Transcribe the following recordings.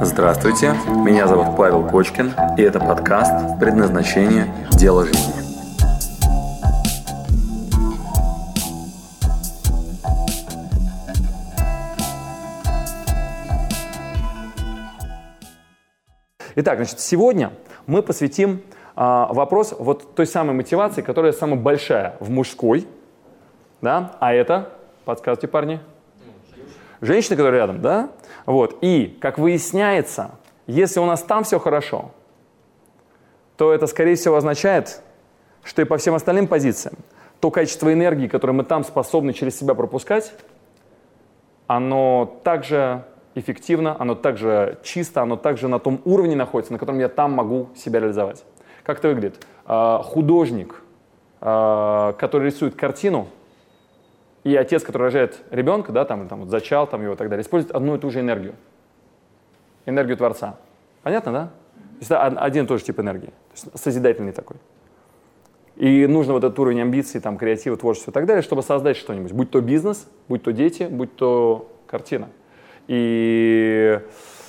Здравствуйте, меня зовут Павел Кочкин, и это подкаст «Предназначение. Дело жизни». Итак, значит, сегодня мы посвятим вопрос вот той самой мотивации, которая самая большая в мужской, да, а это, подсказывайте, парни, женщина, которая рядом, да, вот, и, как выясняется, если у нас там все хорошо, то это, скорее всего, означает, что и по всем остальным позициям то количество энергии, которое мы там способны через себя пропускать, оно также эффективно, оно также чисто, оно также на том уровне находится, на котором я там могу себя реализовать. Как это выглядит? Художник, который рисует картину, и отец, который рожает ребенка, да, там вот зачал там его и так далее, использует одну и ту же энергию. Энергию Творца. Понятно, да? То есть это один и тот же тип энергии. То есть созидательный такой. И нужно вот этот уровень амбиций, там, креатива, творчества и так далее, чтобы создать что-нибудь. Будь то бизнес, будь то дети, будь то картина. И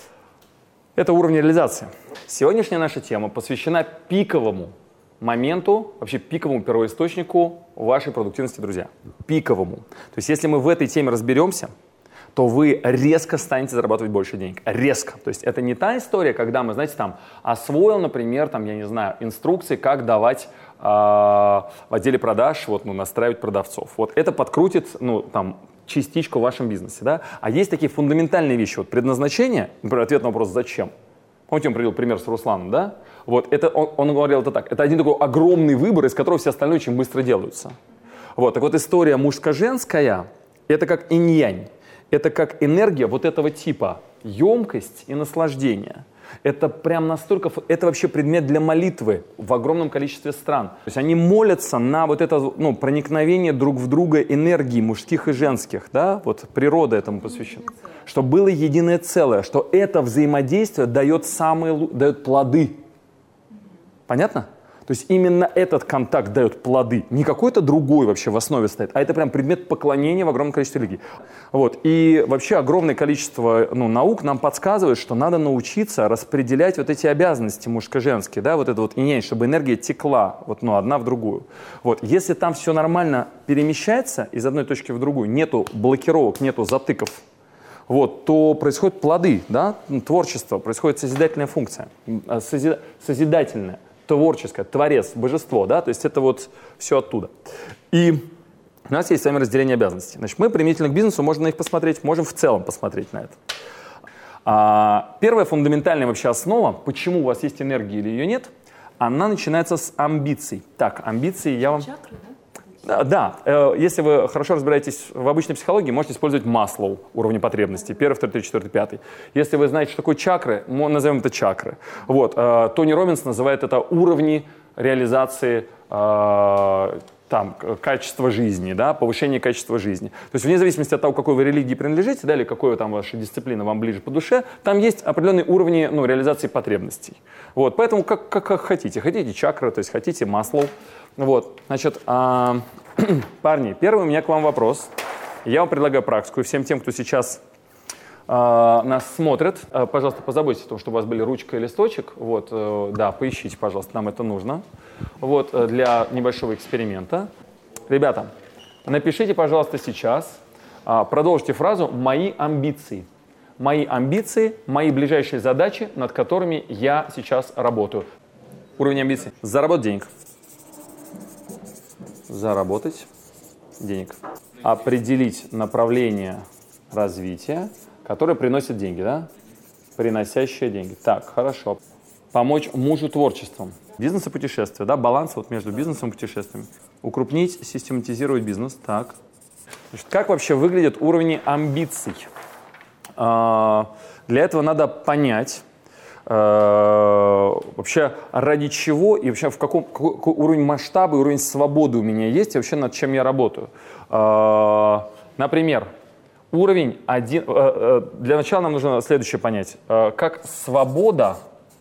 это уровень реализации. Сегодняшняя наша тема посвящена пиковому моменту, вообще пиковому первоисточнику вашей продуктивности, друзья. Пиковому. То есть если мы в этой теме разберемся, то вы резко станете зарабатывать больше денег. Резко. То есть это не та история, когда мы, знаете, там освоил, например, там, я не знаю, инструкции, как давать в отделе продаж, вот, ну, настраивать продавцов. Вот это подкрутит, ну, там, частичку в вашем бизнесе, да? А есть такие фундаментальные вещи. Вот предназначение, например, ответ на вопрос «зачем?». Помните, он привел пример с Русланом, да? Вот это, он говорил это так. Это один такой огромный выбор, из которого все остальное очень быстро делаются. Вот, так вот история мужско-женская, это как инь-янь. Это как энергия вот этого типа. Емкость и наслаждение. Это прям настолько, это вообще предмет для молитвы в огромном количестве стран. То есть они молятся на вот это, ну, проникновение друг в друга энергии мужских и женских, да, вот природа этому посвящена. Чтобы было единое целое, что это взаимодействие дает дает плоды. Понятно? То есть именно этот контакт дает плоды. Не какой-то другой вообще в основе стоит, а это прям предмет поклонения в огромном количестве религий. Вот. И вообще огромное количество наук нам подсказывает, что надо научиться распределять вот эти обязанности мужско-женские, да, вот это вот инь-янь, чтобы энергия текла вот, ну, одна в другую. Вот. Если там все нормально перемещается из одной точки в другую, нету блокировок, нету затыков, вот, то происходят плоды, да, творчество, происходит созидательная функция, созидательная. Творческое, творец, божество, да, то есть это вот все оттуда. И у нас есть с вами разделение обязанностей. Значит, мы применительно к бизнесу можем на них посмотреть, можем в целом посмотреть на это. Первая фундаментальная вообще основа, почему у вас есть энергия или ее нет, она начинается с амбиций. Так, амбиции я вам... Чакры, да? Да, если вы хорошо разбираетесь в обычной психологии, можете использовать Маслоу, уровни потребностей, 1, 2, 3, 4, 5. Если вы знаете, что такое чакры, мы назовем это чакры. Вот, Тони Роббинс называет это уровни реализации там, качества жизни, да, повышение качества жизни. То есть вне зависимости от того, какой вы религии принадлежите, да, или какой там ваша дисциплина вам ближе по душе, там есть определенные уровни, ну, реализации потребностей. Вот, поэтому как хотите. Хотите чакры, то есть хотите Маслоу. Вот, значит, парни, первый у меня к вам вопрос. Я вам предлагаю практику, и всем тем, кто сейчас нас смотрит, пожалуйста, позаботьтесь о том, чтобы у вас были ручка и листочек. Вот, да, поищите, пожалуйста, нам это нужно. Вот, для небольшого эксперимента. Ребята, напишите, пожалуйста, сейчас, продолжите фразу «мои амбиции». Мои амбиции, мои ближайшие задачи, над которыми я сейчас работаю. Уровень амбиций. Заработать денег. Заработать денег. Определить направление развития, которое приносит деньги, да? Приносящее деньги. Так, хорошо. Помочь мужу творчеством. Бизнес и путешествия, да? Баланс вот между бизнесом и путешествиями. Укрупнить, систематизировать бизнес. Так. Значит, как вообще выглядят уровни амбиций? Для этого надо понять, вообще ради чего и вообще какой уровень масштаба, уровень свободы у меня есть и вообще над чем я работаю. Например, уровень 1. Для начала нам нужно следующее понять. Как свобода,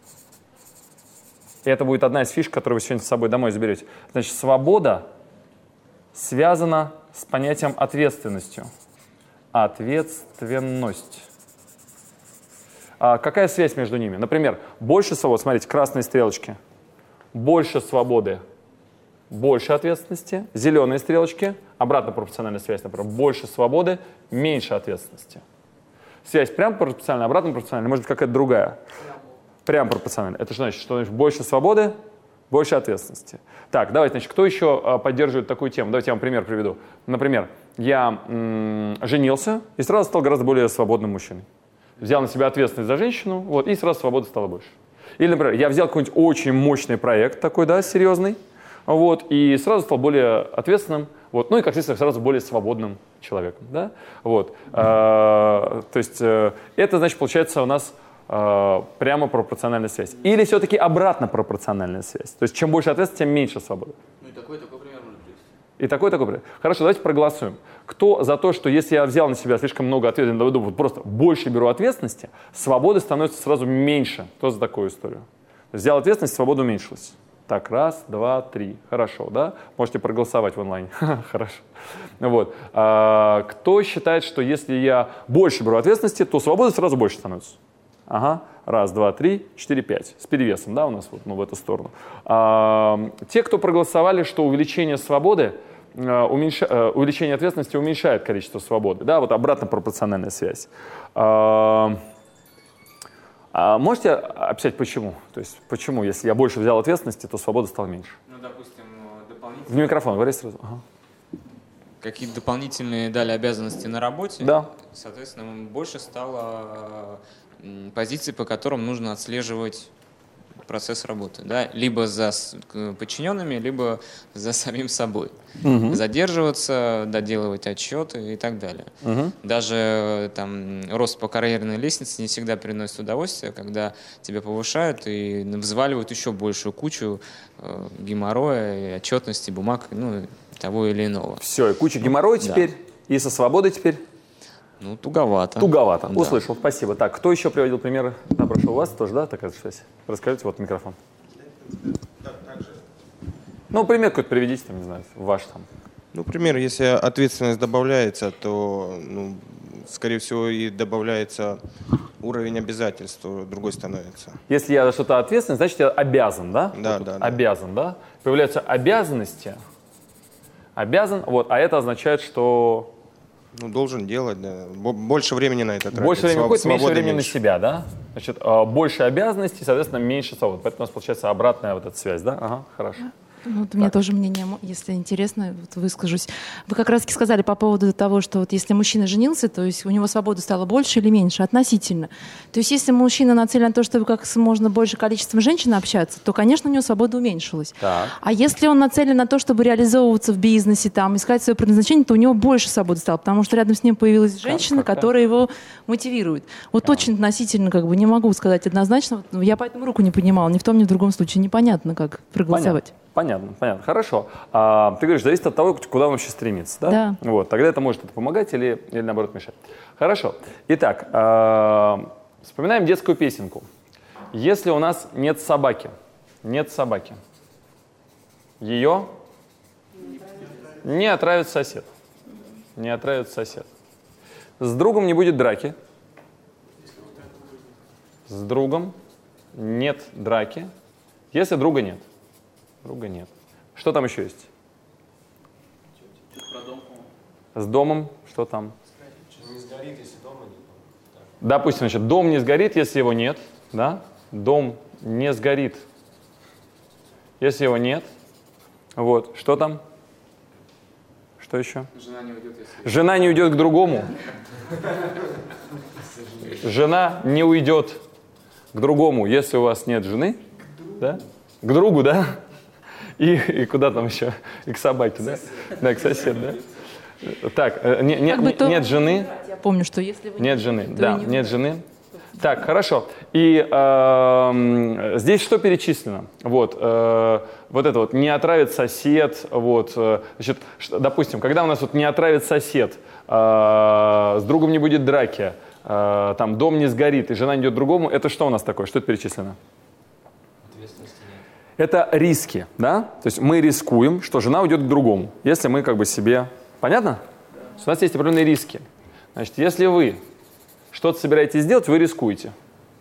и это будет одна из фишек, которую вы сегодня с собой домой заберете. Значит, свобода связана с понятием ответственностью. Ответственность. какая связь между ними? Например, больше свободы, смотрите, красные стрелочки, больше свободы, больше ответственности, зеленые стрелочки, обратно пропорциональная связь, например, больше свободы, меньше ответственности. Связь прям пропорциональная, обратно пропорциональная, может быть, какая-то другая. Прям пропорциональная. Это что значит? Что значит больше свободы, больше ответственности. Так, давайте, значит, кто еще поддерживает такую тему? Давайте я вам пример приведу. Например, я женился и сразу стал гораздо более свободным мужчиной. Взял на себя ответственность за женщину, вот, и сразу свободы стало больше. Или, например, я взял какой-нибудь очень мощный проект такой, да, серьезный, вот, и сразу стал более ответственным, вот, ну и, как следствие, сразу более свободным человеком, да, вот. То есть это, значит, получается у нас прямо пропорциональная связь. Или все-таки обратно пропорциональная связь. То есть чем больше ответственности, тем меньше свободы. Ну и такой пример можно привести. И такой пример. Хорошо, давайте проголосуем. Кто за то, что если я взял на себя слишком много ответственности, вот просто больше беру ответственности, свободы становится сразу меньше. Кто за такую историю? Взял ответственность, свобода уменьшилась. Так, раз, два, три. Хорошо, да? Можете проголосовать в онлайне. Хорошо. Вот. Кто считает, что если я больше беру ответственности, то свободы сразу больше становится? Ага. Раз, два, три, 4, 5. С перевесом, да, у нас вот, ну, в эту сторону. Те, кто проголосовали, что увеличение свободы, увеличение ответственности уменьшает количество свободы, да, вот обратно пропорциональная связь. Можете описать почему? То есть почему, если я больше взял ответственности, то свобода стала меньше? Ну, допустим, дополнительные... В микрофон, говори сразу. Ага. Какие-то дополнительные дали обязанности на работе, да. Соответственно, больше стало позиций, по которым нужно отслеживать процесс работы, да, либо за подчиненными, либо за самим собой. Задерживаться, доделывать отчеты и так далее. Даже там рост по карьерной лестнице не всегда приносит удовольствие, когда тебя повышают и взваливают еще большую кучу геморроя, и отчетности, бумаг, ну, того или иного. Все, и куча геморроя теперь, да. И со свободой теперь? Ну, туговато. Туговато. Да. Услышал, спасибо. Так, кто еще приводил примеры? Да, прошу, у вас тоже, да, такая связь? Расскажите, вот микрофон. Ну, пример какой-то приведите, там, не знаю, ваш там. Ну, пример, если ответственность добавляется, то, ну, скорее всего, и добавляется уровень обязательств, другой становится. Если я за что-то ответственен, значит, я обязан, да? Да, вот да. Обязан, да? Появляются обязанности. Обязан, вот, а это означает, что... Ну, должен делать, да. Больше времени на это тратить. Больше времени уходит, меньше времени на себя, да? Значит, больше обязанностей, соответственно, меньше свободы. Поэтому у нас получается обратная вот эта связь, да? Ага, хорошо. Ну, вот у меня тоже мнение, если интересно, вот выскажусь. Вы как раз-таки сказали по поводу того, что вот если мужчина женился, то есть у него свободы стало больше или меньше относительно. То есть если мужчина нацелен на то, чтобы как можно больше количеством женщин общаться, то, конечно, у него свобода уменьшилась. Так. А если он нацелен на то, чтобы реализовываться в бизнесе, там, искать свое предназначение, то у него больше свободы стало, потому что рядом с ним появилась женщина, которая его мотивирует. Вот очень относительно, как бы, не могу сказать однозначно. Я поэтому руку не поднимала, ни в том, ни в другом случае. Непонятно, как проголосовать. Понятно. Хорошо. Ты говоришь, зависит от того, куда он вообще стремится, да? Да. Вот, тогда это может помогать или наоборот мешать. Хорошо. Итак, вспоминаем детскую песенку. Если у нас нет собаки, ее не отравит сосед. С другом не будет драки. С другом нет драки, если друга нет. Что там еще есть? С домом что там? Не сгорит, если дома нет. Допустим, значит, дом не сгорит, если его нет. Да? Дом не сгорит, если его нет. Вот. Что там? Что еще? Жена не уйдет к другому. Жена не уйдет к другому, если у вас нет жены. Да? К другу, да? И куда там еще? И к собаке, да? Да, к соседу, да? Так, нет жены. Я помню, что если вы нет жены, да, нет жены. Так, хорошо. И здесь что перечислено? Вот это вот не отравит сосед. Вот, значит, допустим, когда у нас вот не отравит сосед, с другом не будет драки, там дом не сгорит и жена не идет к другому, это что у нас такое? Что это перечислено? Это риски, да? То есть мы рискуем, что жена уйдет к другому, если мы как бы себе... Понятно? У нас есть определенные риски. Значит, если вы что-то собираетесь сделать, вы рискуете.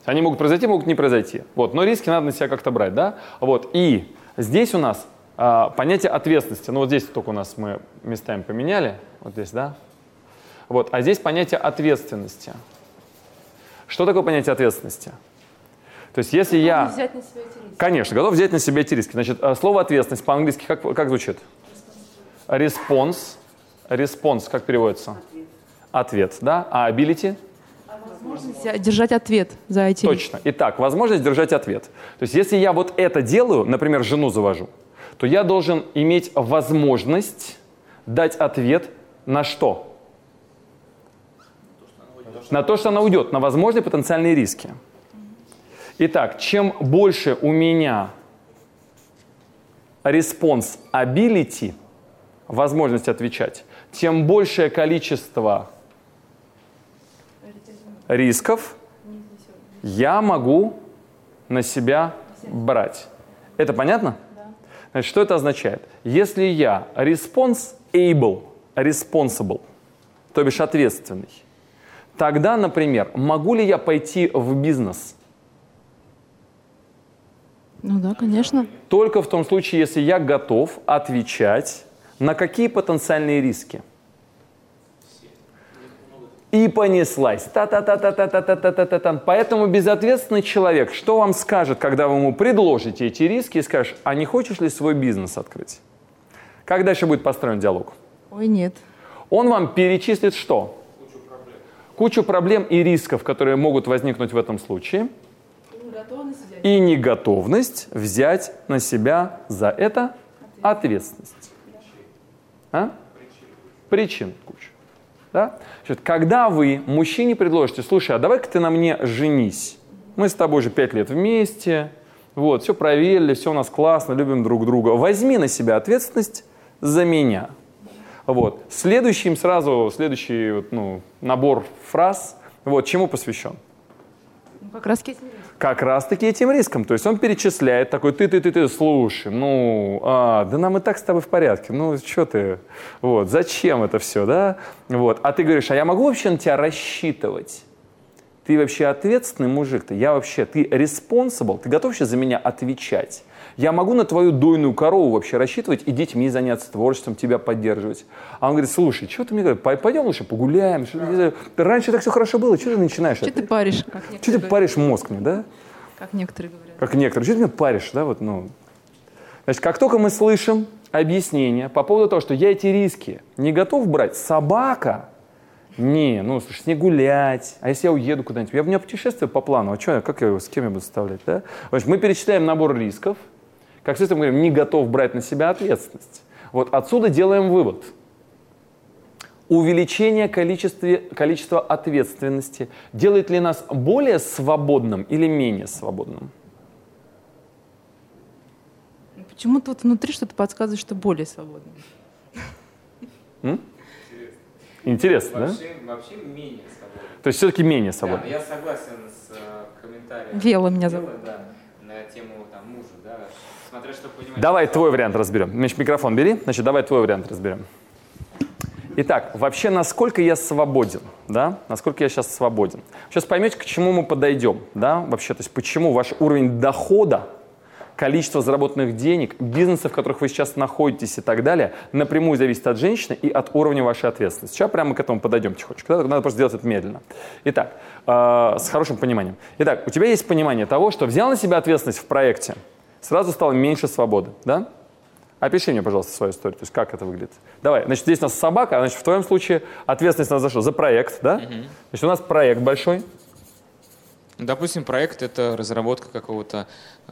Они могут произойти, могут не произойти. Вот. Но риски надо на себя как-то брать. Да? Вот. И здесь у нас понятие ответственности. Ну вот здесь только у нас мы местами поменяли. Вот здесь, да? Вот. А здесь понятие ответственности. Что такое понятие ответственности? То есть если я... Взять на себя эти риски. Конечно, готов взять на себя эти риски. Значит, слово ответственность по-английски как звучит? Response. Response как переводится? Ответ, да? А ability? Возможность держать ответ за эти риски. Точно. Итак, возможность держать ответ. То есть если я вот это делаю, например, жену завожу, то я должен иметь возможность дать ответ на что? На то, что она уйдет, на возможные потенциальные риски. Итак, чем больше у меня response ability, возможность отвечать, тем большее количество рисков я могу на себя брать. Это понятно? Да. Значит, что это означает? Если я responsible, то бишь ответственный, тогда, например, могу ли я пойти в бизнес? Ну да, конечно. Только в том случае, если я готов отвечать на какие потенциальные риски. И понеслась. Та-та-та-та-та-та-та-та-та. Поэтому безответственный человек, что вам скажет, когда вы ему предложите эти риски и скажешь, а не хочешь ли свой бизнес открыть? Как дальше будет построен диалог? Ой, нет. Он вам перечислит что? Кучу проблем и рисков, которые могут возникнуть в этом случае. И неготовность взять на себя за это ответственность. Причин куча. Да? Значит, когда вы мужчине предложите, слушай, а давай-ка ты на мне женись. Мы с тобой же 5 лет вместе, вот, все проверили, все у нас классно, любим друг друга. Возьми на себя ответственность за меня. Вот. Следующий набор фраз, вот, чему посвящен? Как раз этим риском. Как раз-таки этим риском. То есть он перечисляет такой, ты, слушай, да нам и так с тобой в порядке, что ты, вот, зачем это все, да? Вот. А ты говоришь, а я могу вообще на тебя рассчитывать? Ты вообще ответственный мужик-то, ты responsible, ты готов сейчас за меня отвечать? Я могу на твою дойную корову вообще рассчитывать и детьми заняться, творчеством, тебя поддерживать. А он говорит, слушай, что ты мне говоришь, пойдем лучше погуляем. Раньше так все хорошо было, что ты начинаешь? Что ты паришь? Что ты паришь мозг мне, да? Как некоторые говорят. Как некоторые. Что ты меня паришь, да? Значит, как только мы слышим объяснение по поводу того, что я эти риски не готов брать, собака, слушай, с ней гулять, а если я уеду куда-нибудь? У меня путешествие по плану, с кем я буду составлять, да? Значит, мы перечисляем набор рисков, как следствие мы говорим, не готов брать на себя ответственность. Вот отсюда делаем вывод. Увеличение количества ответственности делает ли нас более свободным или менее свободным? Почему-то внутри что-то подсказывает, что более свободным. Интересно, да? Вообще менее свободным. То есть все-таки менее свободным. Да, я согласен с комментарием. Вела меня зовут. Да, на тему мужа, да. Смотря что понимать. Давай твой вариант разберем. Значит, микрофон бери. Значит, давай твой вариант разберем. Итак, вообще, насколько я свободен, да? Насколько я сейчас свободен. Сейчас поймете, к чему мы подойдем, да? Вообще, то есть почему ваш уровень дохода, количество заработанных денег, бизнесов, в которых вы сейчас находитесь и так далее, напрямую зависит от женщины и от уровня вашей ответственности. Сейчас прямо к этому подойдем тихонечко. Надо просто сделать это медленно. Итак, с хорошим пониманием. Итак, у тебя есть понимание того, что взял на себя ответственность в проекте, сразу стало меньше свободы, да? Опиши мне, пожалуйста, свою историю, то есть как это выглядит. Давай, значит, здесь у нас собака, значит, в твоем случае ответственность у нас за что? За проект, да? Значит, у нас проект большой. Допустим, проект — это разработка какого-то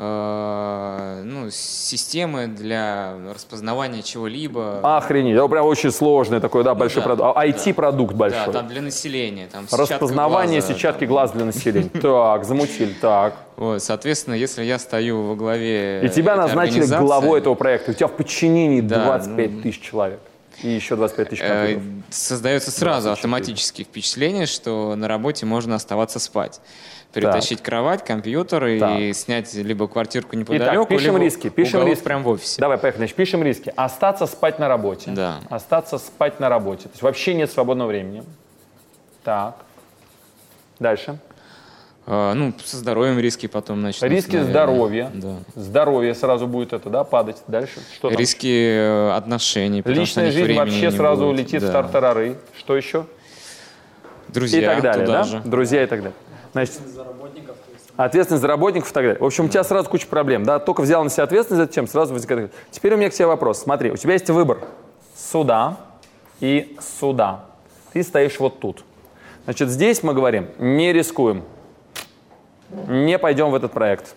системы для распознавания чего-либо. Охренеть, это прям очень сложный такой, да, большой продукт. IT-продукт большой. Да, там для населения. Там распознавание сетчатки глаз для населения. Так, замутили, так. Вот, соответственно, если я стою во главе и тебя назначили организации, главой этого проекта, у тебя в подчинении 25 тысяч человек. И еще 25 тысяч компьютеров. Создается сразу автоматически впечатление, что на работе можно оставаться спать. Перетащить кровать, компьютер и снять либо квартирку неподалеку, пишем либо риски, прямо в офисе. Давай, поехали. Значит, пишем риски. Остаться спать на работе. Да. Остаться спать на работе. То есть вообще нет свободного времени. Так. Дальше. Ну, со здоровьем риски потом начнутся. Риски наверное. здоровья. Да. Здоровье сразу будет это, да, падать. Дальше что там? Риски отношений. потому что Личная они жизнь времени вообще не сразу будет. улетит в Да. тартарары. Что еще? Друзья И так далее, туда да? же. Друзья и так далее. Значит, ответственность за работников и так далее. В общем, у тебя сразу куча проблем, да? Только взял на себя ответственность за чем, сразу возникает. Теперь у меня к тебе вопрос. Смотри, у тебя есть выбор суда и суда. Ты стоишь вот тут. Значит, здесь мы говорим, не рискуем. Не пойдем в этот проект.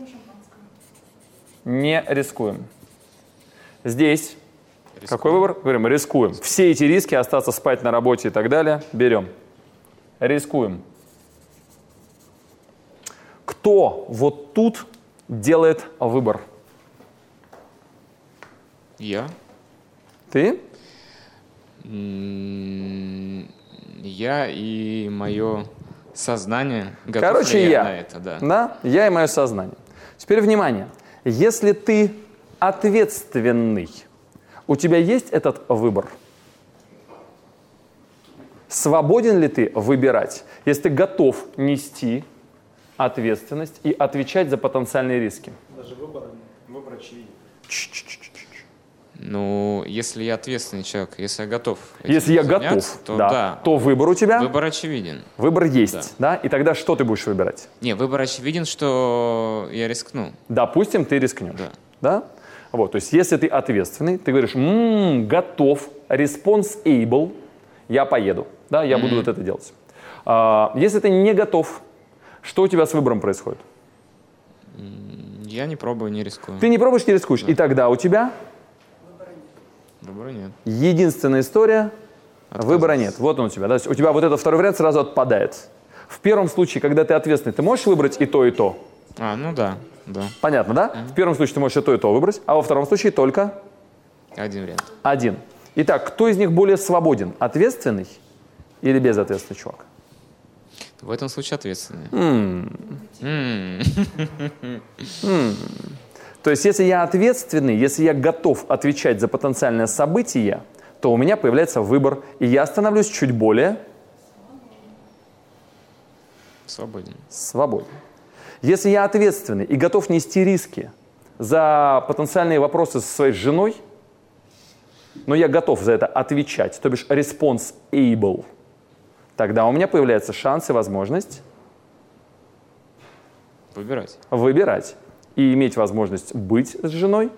Не рискуем. Здесь какой выбор? Говорим, рискуем. Все эти риски, остаться спать на работе и так далее, берем. Рискуем. Кто вот тут делает выбор? Я? Ты? Я и мое сознание. Готов Короче, ли я я. на это, да. Да, я и мое сознание. Теперь внимание. Если ты ответственный, у тебя есть этот выбор? Свободен ли ты выбирать, если ты готов нести ответственность и отвечать за потенциальные риски? Даже выбор очевиден. Ну, если я ответственный человек, если я готов этим Если я заняться, готов, то да, да. то выбор у тебя, Выбор очевиден. выбор есть, да. И тогда что ты будешь выбирать? Не, выбор очевиден, что я рискну. Допустим, ты рискнешь. Да. Да? Вот, то есть, если ты ответственный, ты говоришь, готов, responsible, я поеду, да, я буду вот это делать. Если ты не готов, что у тебя с выбором происходит? Я не пробую, не рискую. Ты не пробуешь, не рискуешь, и тогда у тебя Выбора нет. единственная история, выбора нет. Вот он у тебя. Да? То есть у тебя вот этот второй вариант сразу отпадает. В первом случае, когда ты ответственный, ты можешь выбрать и то, и то. Ну да, да. Понятно, да? В первом случае ты можешь и то выбрать, а во втором случае только Один вариант. один. Итак, кто из них более свободен? Ответственный или безответственный чувак? В этом случае ответственный. То есть, если я ответственный, если я готов отвечать за потенциальное событие, то у меня появляется выбор, и я становлюсь чуть более Свободен. свободен. Если я ответственный и готов нести риски за потенциальные вопросы со своей женой, но я готов за это отвечать, то бишь responsible, тогда у меня появляется шанс и возможность Выбирать. выбирать и иметь возможность быть с женой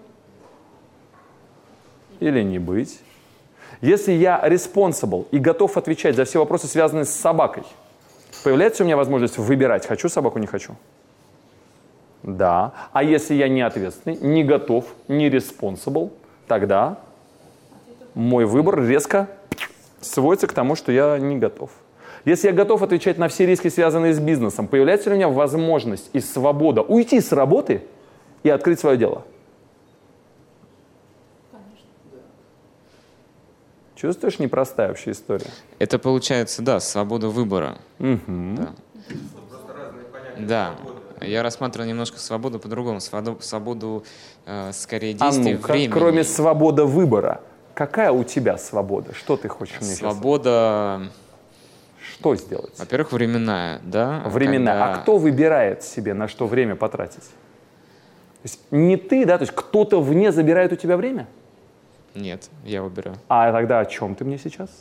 или не быть. Если я responsible и готов отвечать за все вопросы, связанные с собакой, появляется у меня возможность выбирать, хочу собаку, не хочу. Да. А если я не ответственный, не готов, не responsible, тогда мой выбор резко сводится к тому, что я не готов. Если я готов отвечать на все риски, связанные с бизнесом, появляется ли у меня возможность и свобода уйти с работы и открыть свое дело? Чувствуешь, непростая вообще история? Это получается, да, свобода выбора. Да. Да. Я рассматривал немножко свободу по-другому. Свободу, скорее, действий, ну-ка, времени. кроме свободы выбора, какая у тебя свобода? Что ты хочешь мне сейчас? Свобода, Что сделать? во-первых, временная, да. Временная. Когда- А кто выбирает себе, на что время потратить? То есть не ты, да? То есть кто-то вне забирает у тебя время? Нет, я выбираю. А тогда о чем ты мне сейчас?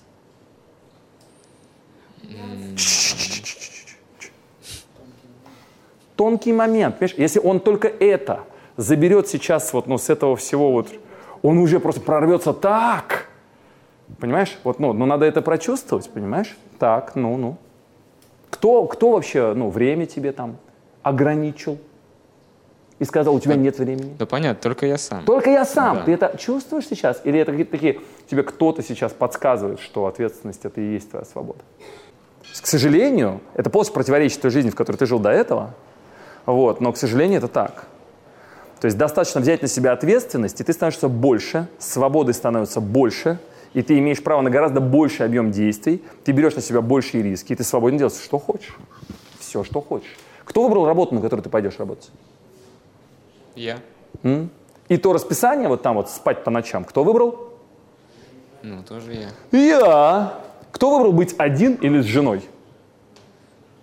Тонкий момент, понимаешь? Если он только это заберет сейчас вот, с этого всего вот, он уже просто прорвется так, понимаешь? Вот, но надо это прочувствовать, понимаешь? Так, Кто вообще, время тебе там ограничил и сказал, у тебя нет времени? Да понятно, только я сам. Только я сам. Да. Ты это чувствуешь сейчас? Или это какие-то такие, тебе кто-то сейчас подсказывает, что ответственность это и есть твоя свобода? К сожалению, это полностью противоречит той жизни, в которой ты жил до этого. Вот, но, к сожалению, это так. То есть достаточно взять на себя ответственность, и ты становишься больше, свободы становится больше, и ты имеешь право на гораздо больший объем действий, ты берешь на себя большие риски, и ты свободен делать, что хочешь. Все, что хочешь. Кто выбрал работу, на которую ты пойдешь работать? Я. И то расписание, вот там вот спать по ночам, кто выбрал? Ну, тоже я. Я. Кто выбрал быть один или с женой?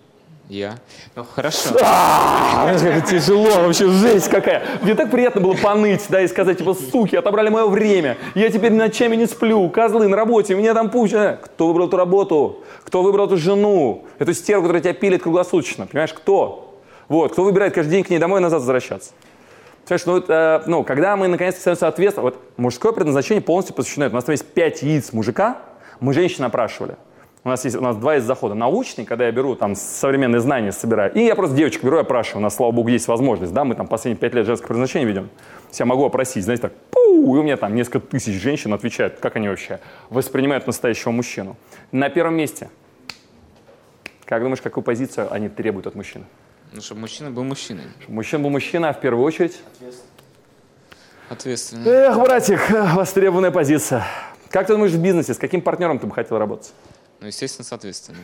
Я. Ну, хорошо. Тяжело, вообще жесть какая. Мне так приятно было поныть, да, и сказать, типа, суки, отобрали мое время, я теперь ночами не сплю, козлы на работе, меня там пуча. Кто выбрал эту работу? Кто выбрал эту жену? Эту стерву, которая тебя пилит круглосуточно, понимаешь, кто? Вот, кто выбирает каждый день к ней домой и назад возвращаться? Понимаешь, когда мы наконец-то становимся ответственны, вот мужское предназначение полностью посвящено этому. У нас там есть 5 яиц мужика, мы женщин опрашивали. У нас 2 есть захода. Научный, когда я беру там современные знания, собираю. И я просто девочек беру и опрашиваю. У нас, слава богу, есть возможность. Да? Мы там последние 5 лет женское предназначение ведем. Я могу опросить, знаете, так, и у меня там несколько тысяч женщин отвечают, как они вообще воспринимают настоящего мужчину. На первом месте. Как думаешь, какую позицию они требуют от мужчины? Ну, чтобы мужчина был мужчиной. Чтобы мужчина был мужчина, а в первую очередь? Ответственно. Эх, братик, востребованная позиция. Как ты думаешь в бизнесе, с каким партнером ты бы хотел работать? Ну, естественно, соответственно.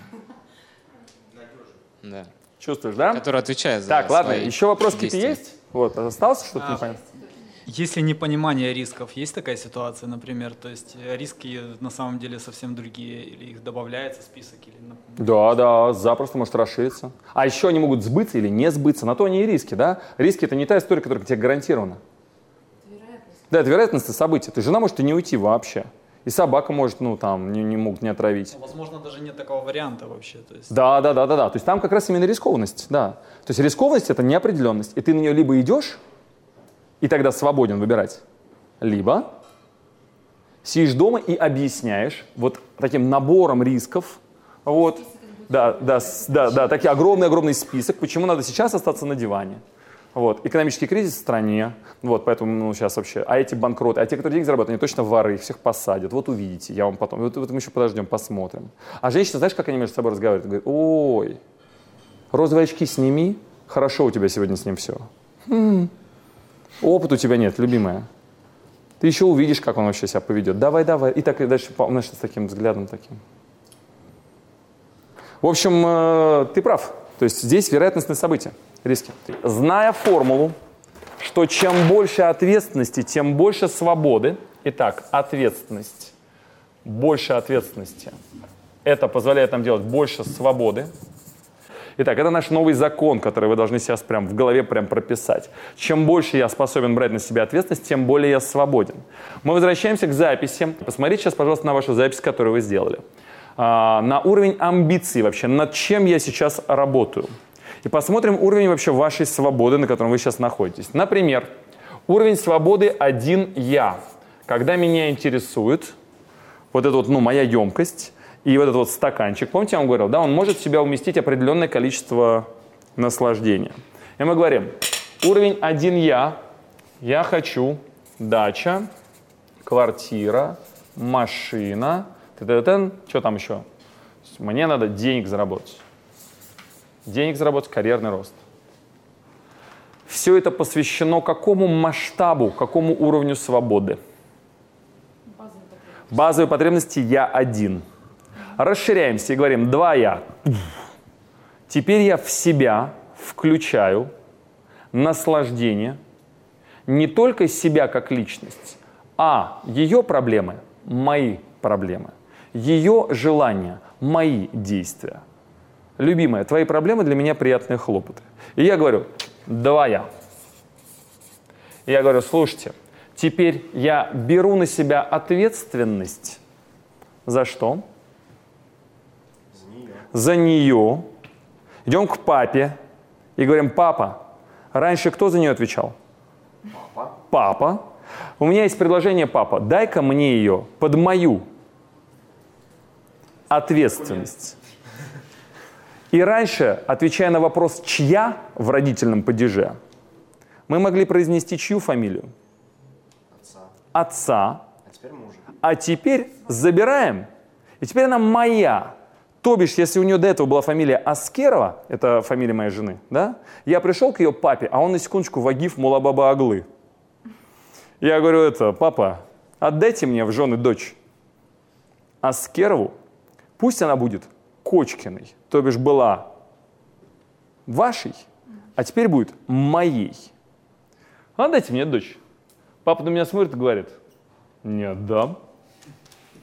Да. Чувствуешь, да? Который отвечает за Так, ладно, свои еще вопрос какие-то действия. есть? Вот, осталось что-то непонятно? Если непонимание рисков, есть такая ситуация, например, то есть риски на самом деле совсем другие, или их добавляется в список, или... Да, запросто может расшириться. А еще они могут сбыться или не сбыться, на то они и риски, да? Риски — это не та история, которая тебе гарантирована. Да, это вероятность событий. То есть жена может и не уйти вообще. И собака может, не могут не отравить. Возможно, даже нет такого варианта вообще. То есть... Да. То есть там как раз именно рискованность, да. То есть рискованность — это неопределенность. И ты на нее либо идешь, и тогда свободен выбирать, либо сидишь дома и объясняешь вот таким набором рисков, вот, да, такой огромный список, почему надо сейчас остаться на диване. Вот, экономический кризис в стране, вот, поэтому, сейчас вообще, а эти банкроты, а те, которые деньги зарабатывают, они точно воры, их всех посадят, вот увидите, я вам потом, вот мы еще подождем, посмотрим. А женщины, знаешь, как они между собой разговаривают? Говорят, ой, розовые очки сними, хорошо у тебя сегодня с ним все. Опыта у тебя нет, любимая. Ты еще увидишь, как он вообще себя поведет. Давай. И так и дальше, знаешь, с таким взглядом таким. В общем, ты прав. То есть здесь вероятностные события, риски. Зная формулу, что чем больше ответственности, тем больше свободы. Итак, ответственность. Больше ответственности. Это позволяет нам делать больше свободы. Итак, это наш новый закон, который вы должны сейчас прям в голове прям прописать. Чем больше я способен брать на себя ответственность, тем более я свободен. Мы возвращаемся к записи. Посмотрите сейчас, пожалуйста, на вашу запись, которую вы сделали. На уровень амбиций вообще, над чем я сейчас работаю. И посмотрим уровень вообще вашей свободы, на котором вы сейчас находитесь. Например, уровень свободы 1 «я». Когда меня интересует вот эта вот, моя емкость, и вот этот вот стаканчик, помните, я вам говорил, да, он может в себя уместить определенное количество наслаждения. И мы говорим, уровень 1 я хочу дача, квартира, машина, что там еще? Мне надо денег заработать. Денег заработать, карьерный рост. Все это посвящено какому масштабу, какому уровню свободы? Базовые потребности я один. Расширяемся и говорим 2 я. Теперь я в себя включаю наслаждение не только себя как личность, а ее проблемы – мои проблемы, ее желания – мои действия. Любимая, твои проблемы для меня приятные хлопоты. И я говорю 2 я. И я говорю, слушайте, теперь я беру на себя ответственность. За что? За нее. Идем к папе и говорим, папа, раньше кто за нее отвечал? Папа. У меня есть предложение, папа, дай-ка мне ее под мою ответственность. И раньше, отвечая на вопрос «чья» в родительном падеже, мы могли произнести чью фамилию? Отца. А теперь забираем, и теперь она моя. То бишь, если у нее до этого была фамилия Аскерова, это фамилия моей жены, да? Я пришел к ее папе, а он на секундочку Вагиф Мулабаба Аглы. Я говорю, папа, отдайте мне в жены дочь Аскерову, пусть она будет Кочкиной, то бишь была вашей, а теперь будет моей. Отдайте мне дочь. Папа на меня смотрит и говорит, не отдам.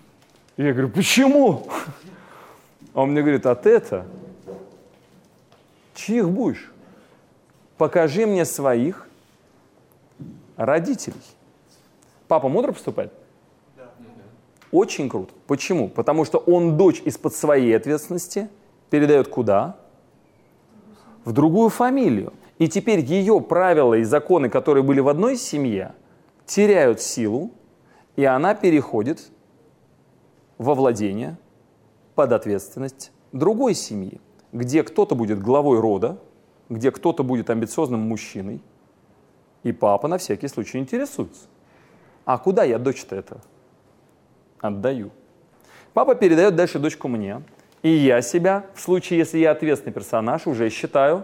Я говорю, почему? Он мне говорит, Чьих будешь? Покажи мне своих родителей. Папа мудро поступает? Да. Очень круто. Почему? Потому что он дочь из-под своей ответственности передает куда? В другую фамилию. И теперь ее правила и законы, которые были в одной семье, теряют силу, и она переходит во владение под ответственность другой семьи, где кто-то будет главой рода, где кто-то будет амбициозным мужчиной, и папа на всякий случай интересуется. А куда я дочь-то это отдаю? Папа передает дальше дочку мне, и я себя, в случае, если я ответственный персонаж, уже считаю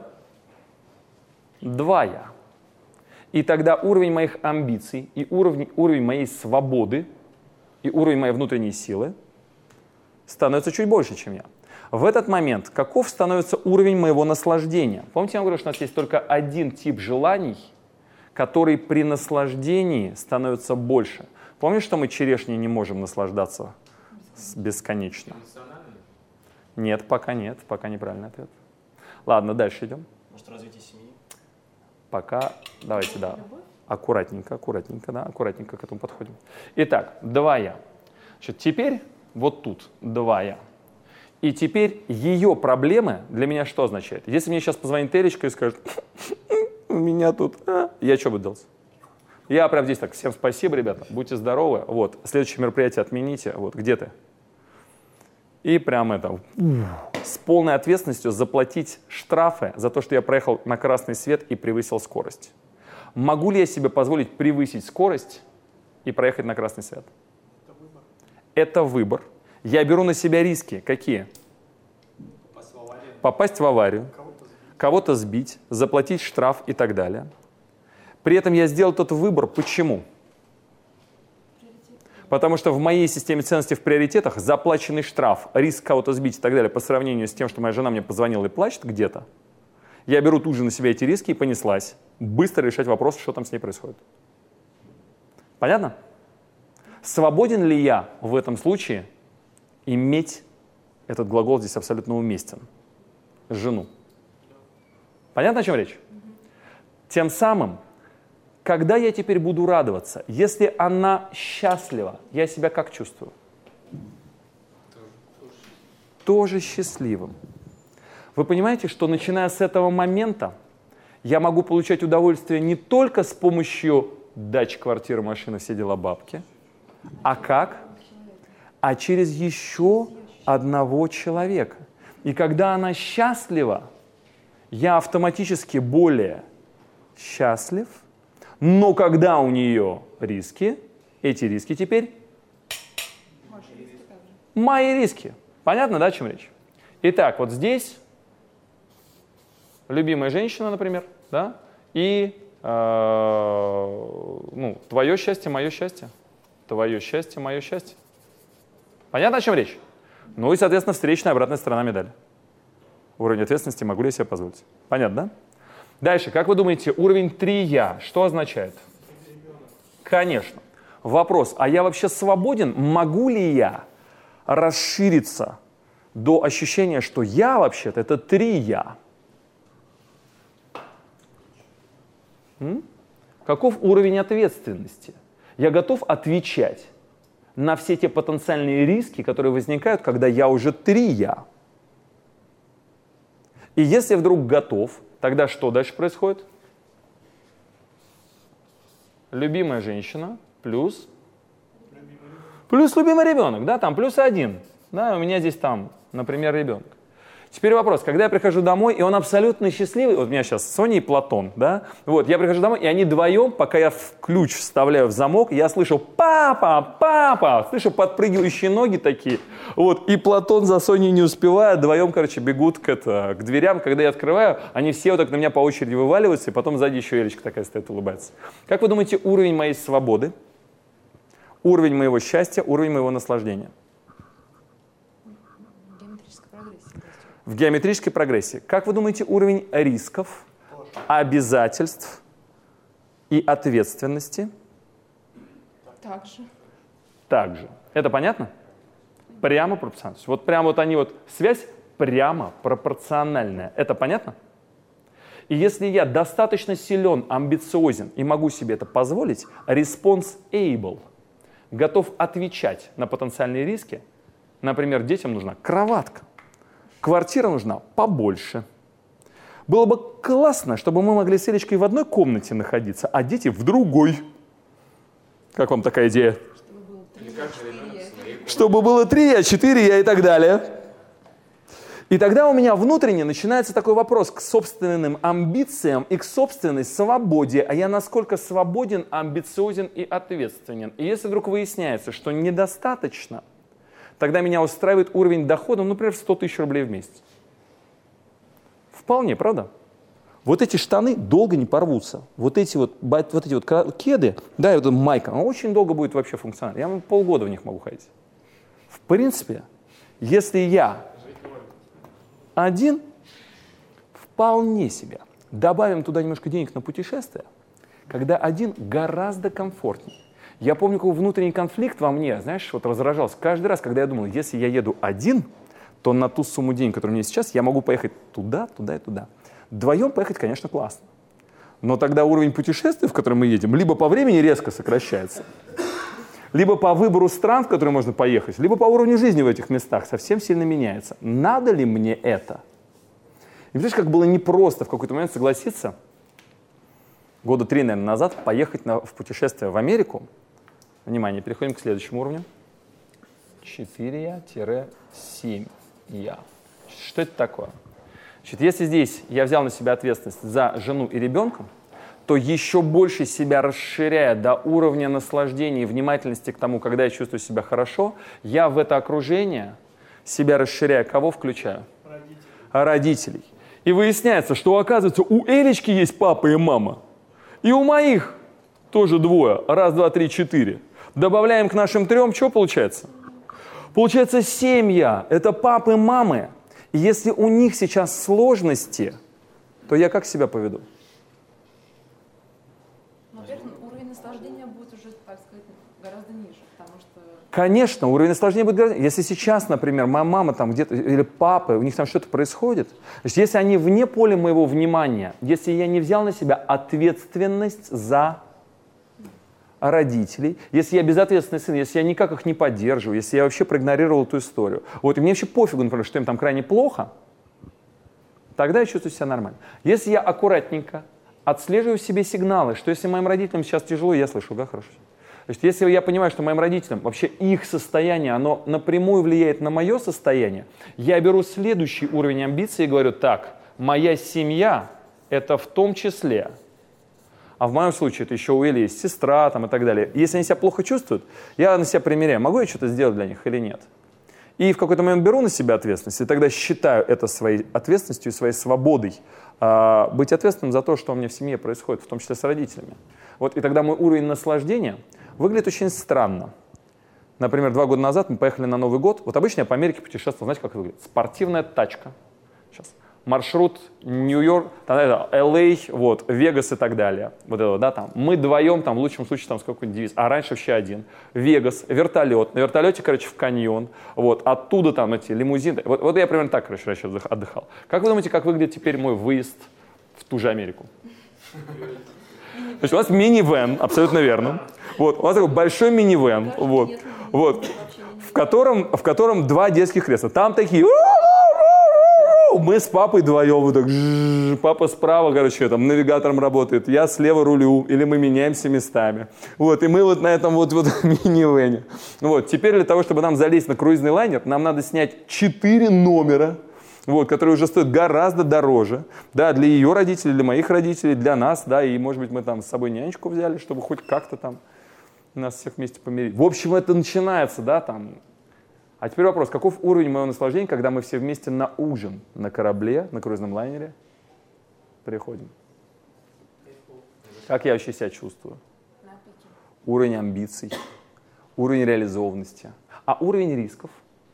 2 я. И тогда уровень моих амбиций, и уровень моей свободы, и уровень моей внутренней силы становится чуть больше, чем я. В этот момент каков становится уровень моего наслаждения? Помните, я вам говорю, что у нас есть только один тип желаний, который при наслаждении становится больше. Помнишь, что мы черешней не можем наслаждаться бесконечно? Нет, пока неправильный ответ. Ладно, дальше идем. Может, развитие семьи? Пока, давайте, да, аккуратненько к этому подходим. Итак, 2 я. Значит, теперь вот тут 2 я. И теперь ее проблемы для меня что означает? Если мне сейчас позвонит Элечка и скажет, у меня тут, я что буду делать? Я прям здесь так, всем спасибо, ребята, будьте здоровы, вот, следующее мероприятие отмените, вот, где ты? И прям это, с полной ответственностью заплатить штрафы за то, что я проехал на красный свет и превысил скорость. Могу ли я себе позволить превысить скорость и проехать на красный свет? Это выбор. Я беру на себя риски. Какие? Попасть в аварию, кого-то сбить, заплатить штраф и так далее. При этом я сделал тот выбор. Почему? Потому что в моей системе ценностей в приоритетах заплаченный штраф, риск кого-то сбить и так далее по сравнению с тем, что моя жена мне позвонила и плачет где-то, я беру тут же на себя эти риски и понеслась. Быстро решать вопрос, что там с ней происходит. Понятно? Свободен ли я в этом случае иметь, этот глагол здесь абсолютно уместен, жену? Понятно, о чем речь? Тем самым, когда я теперь буду радоваться, если она счастлива, я себя как чувствую? Тоже счастливым. Вы понимаете, что начиная с этого момента я могу получать удовольствие не только с помощью дач, квартиры, машины, все дела, бабки, а как? А через еще одного человека. И когда она счастлива, я автоматически более счастлив, но когда у нее риски, эти риски теперь мои риски. Понятно, да, о чем речь? Итак, вот здесь любимая женщина, например, да, и твое счастье, мое счастье. Твое счастье, мое счастье. Понятно, о чем речь? Ну и, соответственно, встречная обратная сторона медали. Уровень ответственности могу ли я себе позволить? Понятно, да? Дальше, как вы думаете, уровень 3 я, что означает? Конечно. Вопрос, а я вообще свободен? Могу ли я расшириться до ощущения, что я вообще-то это 3 я? Каков уровень ответственности? Я готов отвечать на все те потенциальные риски, которые возникают, когда я уже 3 я. И если вдруг готов, тогда что дальше происходит? Любимая женщина плюс любимый ребенок, да, там +1. Да, у меня здесь там, например, ребенок. Теперь вопрос, когда я прихожу домой, и он абсолютно счастливый, вот у меня сейчас Соня и Платон, да, вот, я прихожу домой, и они вдвоем, пока я ключ вставляю в замок, я слышу «папа, папа», слышу подпрыгивающие ноги такие, вот, и Платон за Соней не успевает, вдвоем, короче, бегут к дверям, когда я открываю, они все вот так на меня по очереди вываливаются, и потом сзади еще Элечка такая стоит, улыбается. Как вы думаете, уровень моей свободы, уровень моего счастья, уровень моего наслаждения? В геометрической прогрессии. Как вы думаете, уровень рисков, обязательств и ответственности? Также. Это понятно? Прямо пропорционально. Вот прямо вот они вот, связь прямо пропорциональная. Это понятно? И если я достаточно силен, амбициозен и могу себе это позволить, response-able, готов отвечать на потенциальные риски, например, детям нужна кроватка, квартира нужна побольше. Было бы классно, чтобы мы могли с Элечкой в одной комнате находиться, а дети в другой. Как вам такая идея? Чтобы было 3, а 4 я и так далее. И тогда у меня внутренне начинается такой вопрос к собственным амбициям и к собственной свободе. А я насколько свободен, амбициозен и ответственен? И если вдруг выясняется, что недостаточно, тогда меня устраивает уровень дохода, например, в 100 тысяч рублей в месяц. Вполне, правда? Вот эти штаны долго не порвутся. Вот эти вот кеды, да, и вот эта майка, она очень долго будет вообще функционировать. Я полгода в них могу ходить. В принципе, если я один, вполне себе. Добавим туда немножко денег на путешествие, когда один гораздо комфортнее. Я помню, какой внутренний конфликт во мне, знаешь, вот разражался. Каждый раз, когда я думал, если я еду один, то на ту сумму денег, которая у меня сейчас, я могу поехать туда, туда и туда. Вдвоем поехать, конечно, классно. Но тогда уровень путешествия, в котором мы едем, либо по времени резко сокращается, либо по выбору стран, в которые можно поехать, либо по уровню жизни в этих местах совсем сильно меняется. Надо ли мне это? И видишь, как было непросто в какой-то момент согласиться, года 3, наверное, назад, поехать в путешествие в Америку. Внимание, переходим к следующему уровню. 4-7 я. Что это такое? Значит, если здесь я взял на себя ответственность за жену и ребенка, то еще больше себя расширяя до уровня наслаждения и внимательности к тому, когда я чувствую себя хорошо, я в это окружение себя расширяя, кого включаю? Родителей. И выясняется, что, оказывается, у Элечки есть папа и мама. И у моих тоже 2. 1, 2, 3, 4. Добавляем к нашим 3, что получается? Получается семья. Это папы, мамы. И если у них сейчас сложности, то я как себя поведу? Уровень наслаждения будет уже, так сказать, гораздо ниже, потому что... Конечно, уровень наслаждения будет гораздо... Если сейчас, например, моя мама там где-то, или папа, у них там что-то происходит, значит, если они вне поля моего внимания, если я не взял на себя ответственность за родителей, если я безответственный сын, если я никак их не поддерживаю, если я вообще проигнорировал эту историю, вот, и мне вообще пофигу, например, что им там крайне плохо, тогда я чувствую себя нормально. Если я аккуратненько отслеживаю в себе сигналы, что если моим родителям сейчас тяжело, я слышу, да, хорошо. Значит, если я понимаю, что моим родителям вообще их состояние, оно напрямую влияет на мое состояние, я беру следующий уровень амбиций и говорю, так, моя семья – это в том числе, а в моем случае это еще у Эли есть сестра там, и так далее. Если они себя плохо чувствуют, я на себя примеряю, могу я что-то сделать для них или нет. И в какой-то момент беру на себя ответственность, и тогда считаю это своей ответственностью и своей свободой быть ответственным за то, что у меня в семье происходит, в том числе с родителями. Вот, и тогда мой уровень наслаждения выглядит очень странно. Например, 2 года назад мы поехали на Новый год. Вот обычно я по Америке путешествовал, знаете, как это выглядит? Спортивная тачка. Сейчас. Маршрут Нью-Йорк, Л.А., вот, Вегас и так далее. Вот это, да, там. Мы вдвоем, там, в лучшем случае, там, с какой-нибудь девиз, а раньше вообще один. Вегас, вертолет. На вертолете, короче, в каньон. Вот, оттуда там эти лимузины. Вот я примерно так, короче, раньше отдыхал. Как вы думаете, как выглядит теперь мой выезд в ту же Америку? То есть у нас мини-вэн, абсолютно верно. Вот, у нас такой большой мини-вэн, вот, в котором 2 детских кресла. Там такие... Мы с папой вдвоем, вот так, папа справа, короче, там, навигатором работает, я слева рулю, или мы меняемся местами. Вот, и мы вот на этом вот мини-вэне. Вот, теперь для того, чтобы нам залезть на круизный лайнер, нам надо снять 4 номера, вот, которые уже стоят гораздо дороже, да, для ее родителей, для моих родителей, для нас, да, и, может быть, мы там с собой нянечку взяли, чтобы хоть как-то там нас всех вместе помирить. В общем, это начинается, да, там... А теперь вопрос, каков уровень моего наслаждения, когда мы все вместе на ужин на корабле, на круизном лайнере приходим? Как я вообще себя чувствую? Уровень амбиций, уровень реализованности, а уровень рисков,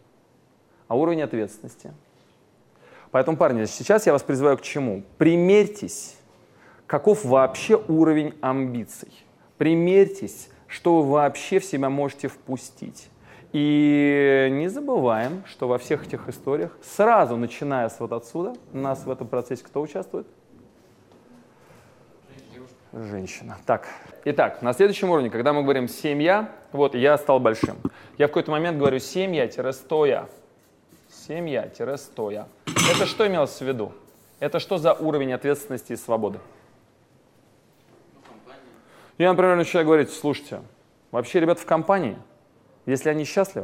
а уровень ответственности. Поэтому, парни, сейчас я вас призываю к чему? Примерьтесь, каков вообще уровень амбиций. Примерьтесь, что вы вообще в себя можете впустить. И не забываем, что во всех этих историях, сразу начиная с вот отсюда, у нас в этом процессе кто участвует? женщина. Так. Итак, на следующем уровне, когда мы говорим «семья», вот я стал большим. Я в какой-то момент говорю «семья-стоя». Семья-стоя. Это что имелось в виду? Это что за уровень ответственности и свободы? Я, например, начинаю говорить, слушайте, вообще ребята в компании, если они счастливы,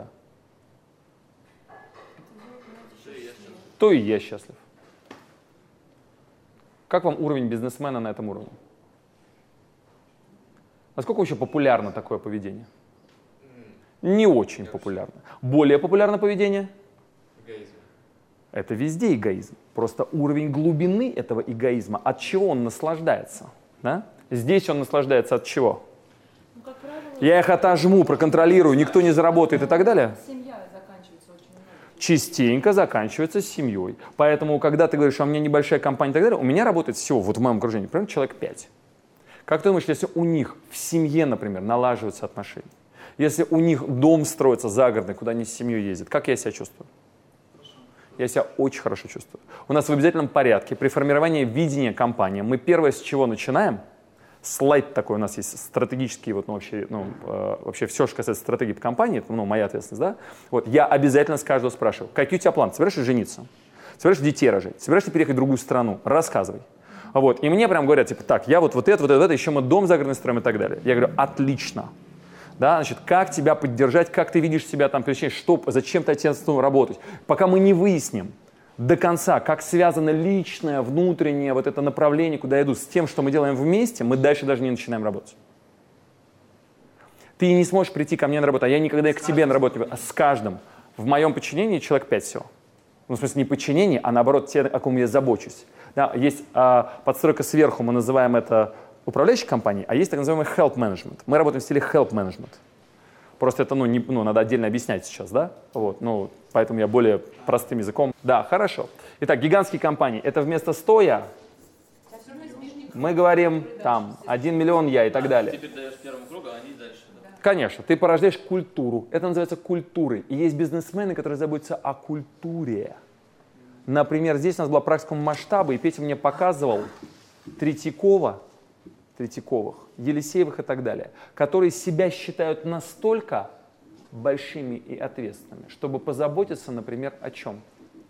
то и я счастлив. Как вам уровень бизнесмена на этом уровне? Насколько вообще популярно такое поведение? Не очень популярно. Более популярное поведение? Эгоизм. Это везде эгоизм. Просто уровень глубины этого эгоизма, от чего он наслаждается. Да? Здесь он наслаждается от чего? Ну, как правило, Я их отожму, проконтролирую, никто не заработает и так далее. семья заканчивается очень много. Частенько заканчивается семьей. Поэтому, когда ты говоришь, у меня небольшая компания и так далее, у меня работает всего, вот в моем окружении, примерно человек 5. Как ты думаешь, если у них в семье, например, налаживаются отношения, если у них дом строится загородный, куда они с семьей ездят, как я себя чувствую? Я себя очень хорошо чувствую. У нас в обязательном порядке при формировании видения компании мы первое, с чего начинаем, слайд такой у нас есть, стратегический, вот, вообще все, что касается стратегии по компании, это моя ответственность, да? Вот, я обязательно с каждого спрашиваю, какие у тебя планы? Собираешься жениться? Собираешься детей рожать? Собираешься переехать в другую страну? Рассказывай. Вот, и мне прям говорят, типа, так, я вот это, еще мы дом загородный строим и так далее. Я говорю, отлично. Да, значит, как тебя поддержать, как ты видишь себя там, что, зачем ты ответственно работать. Пока мы не выясним до конца, как связано личное, внутреннее вот это направление, куда я иду, с тем, что мы делаем вместе, мы дальше даже не начинаем работать. Ты не сможешь прийти ко мне на работу, а я никогда к тебе на работу не буду. А с каждым. В моем подчинении человек 5 всего. Ну, в смысле, не подчинение, а наоборот, те, о ком я забочусь. Да, есть подстройка сверху, мы называем это управляющей компанией, а есть так называемый help management. Мы работаем в стиле help management. Просто это, надо отдельно объяснять сейчас, да? Вот, поэтому я более простым языком. Да, хорошо. Итак, гигантские компании. Это вместо стоя мы говорим там 1 миллион я и так далее. Ты передаешь первому кругу, а они дальше. Да? Конечно, ты порождаешь культуру. Это называется культурой. И есть бизнесмены, которые заботятся о культуре. Например, здесь у нас была практика масштаба, и Петя мне показывал Третьяковых, Елисеевых и так далее, которые себя считают настолько большими и ответственными, чтобы позаботиться, например, о чем?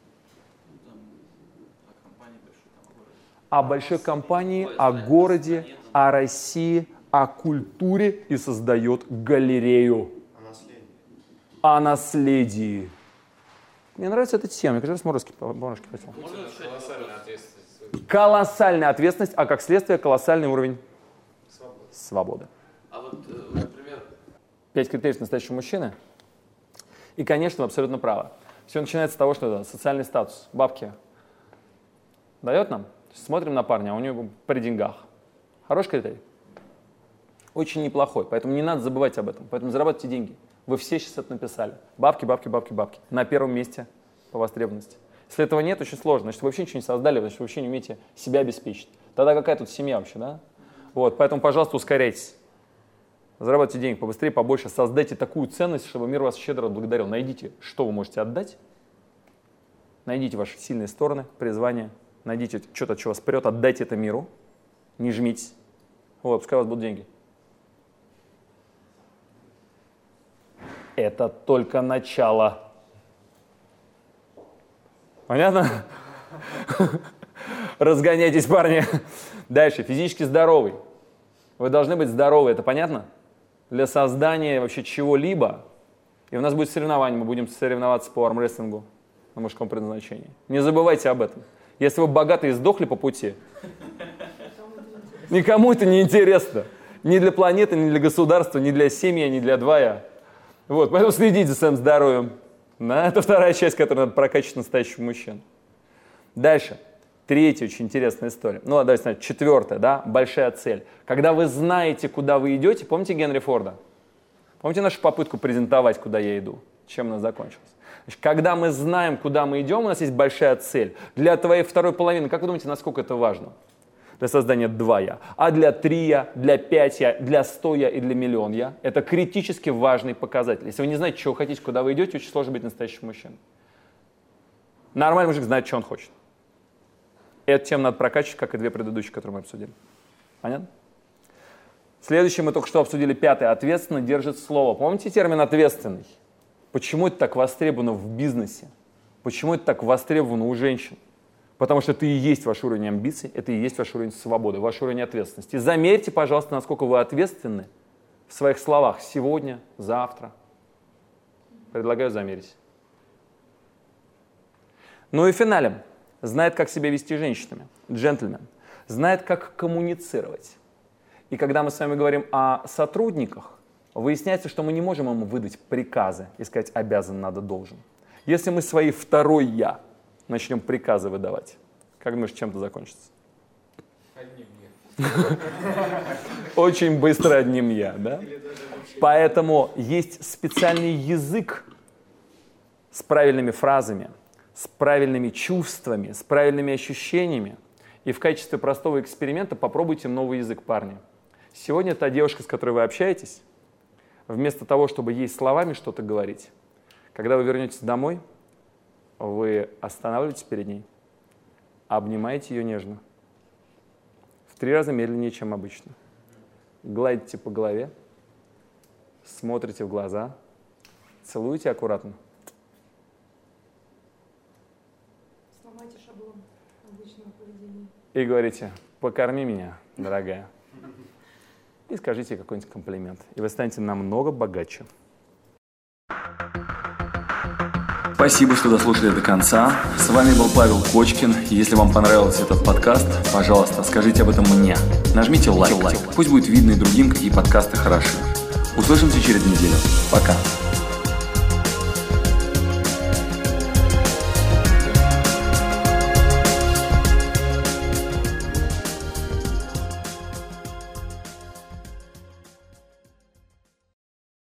О большой компании, о городе, о России, о культуре и создает галерею. О наследии. Мне нравится эта тема. Я как раз морожки хотел. Колоссальная ответственность. Колоссальная ответственность, а как следствие колоссальный уровень свободы. А вот, например... 5 критериев настоящего мужчины. И, конечно, вы абсолютно правы. Все начинается с того, что это социальный статус. Бабки дает нам. Смотрим на парня, а у него при деньгах. Хороший критерий? Очень неплохой. Поэтому не надо забывать об этом. Поэтому зарабатывайте деньги. Вы все сейчас это написали. Бабки, бабки, бабки, бабки. На первом месте по востребованности. Если этого нет, очень сложно. Значит, вы вообще ничего не создали, значит, вы вообще не умеете себя обеспечить. Тогда какая тут семья вообще, да? Вот, поэтому, пожалуйста, ускоряйтесь. Зарабатывайте денег побыстрее, побольше. Создайте такую ценность, чтобы мир вас щедро отблагодарил. Найдите, что вы можете отдать. Найдите ваши сильные стороны, призвания. Найдите что-то, от чего вас прет, отдайте это миру. Не жмитесь. Вот, пускай у вас будут деньги. Это только начало. Понятно? Разгоняйтесь, парни. Дальше. Физически здоровый. Вы должны быть здоровы, это понятно? Для создания вообще чего-либо. И у нас будет соревнование, мы будем соревноваться по армрестлингу на мужском предназначении. Не забывайте об этом. Если вы богатые и сдохли по пути, никому это не интересно. Ни для планеты, ни для государства, ни для семьи, ни для двоя. Вот, поэтому следите за своим здоровьем. Да, это вторая часть, которую надо прокачивать настоящего мужчину. Дальше. Третья очень интересная история. Ну, давайте смотреть. Четвертая, да, большая цель. Когда вы знаете, куда вы идете, помните Генри Форда? Помните нашу попытку презентовать, куда я иду? Чем она закончилась? Значит, когда мы знаем, куда мы идем, у нас есть большая цель. Для твоей второй половины, как вы думаете, насколько это важно? Для создания 2 я. А для 3 я, для 5 я, для 100 я и для миллион я. Это критически важный показатель. Если вы не знаете, чего вы хотите, куда вы идете, очень сложно быть настоящим мужчиной. Нормальный мужик знает, что он хочет. Эту тему надо прокачивать, как и 2 предыдущие, которые мы обсудили. Понятно? Следующее мы только что обсудили, 5-й. Ответственно держит слово. Помните термин «ответственный»? Почему это так востребовано в бизнесе? Почему это так востребовано у женщин? Потому что это и есть ваш уровень амбиций, это и есть ваш уровень свободы, ваш уровень ответственности. Замерьте, пожалуйста, насколько вы ответственны в своих словах сегодня, завтра. Предлагаю замерить. Ну и финалем. Знает, как себя вести с женщинами. Джентльмен. Знает, как коммуницировать. И когда мы с вами говорим о сотрудниках, выясняется, что мы не можем им выдать приказы и сказать «обязан, надо, должен». Если мы свои второй «я» начнем приказы выдавать, как думаешь, чем это закончится? Одним нет. Очень быстро одним «я», да? Поэтому есть специальный язык с правильными фразами, с правильными чувствами, с правильными ощущениями. И в качестве простого эксперимента попробуйте новый язык, парни. Сегодня та девушка, с которой вы общаетесь, вместо того, чтобы ей словами что-то говорить, когда вы вернетесь домой, вы останавливаетесь перед ней, обнимаете ее нежно, в 3 раза медленнее, чем обычно. Гладите по голове, смотрите в глаза, целуете аккуратно. Сломайте шаблон обычного поведения. И говорите: покорми меня, дорогая. И скажите какой-нибудь комплимент. И вы станете намного богаче. Спасибо, что дослушали до конца. С вами был Павел Кочкин. Если вам понравился этот подкаст, пожалуйста, скажите об этом мне. Нажмите лайк. Пусть будет видно и другим, какие подкасты хороши. Услышимся через неделю. Пока.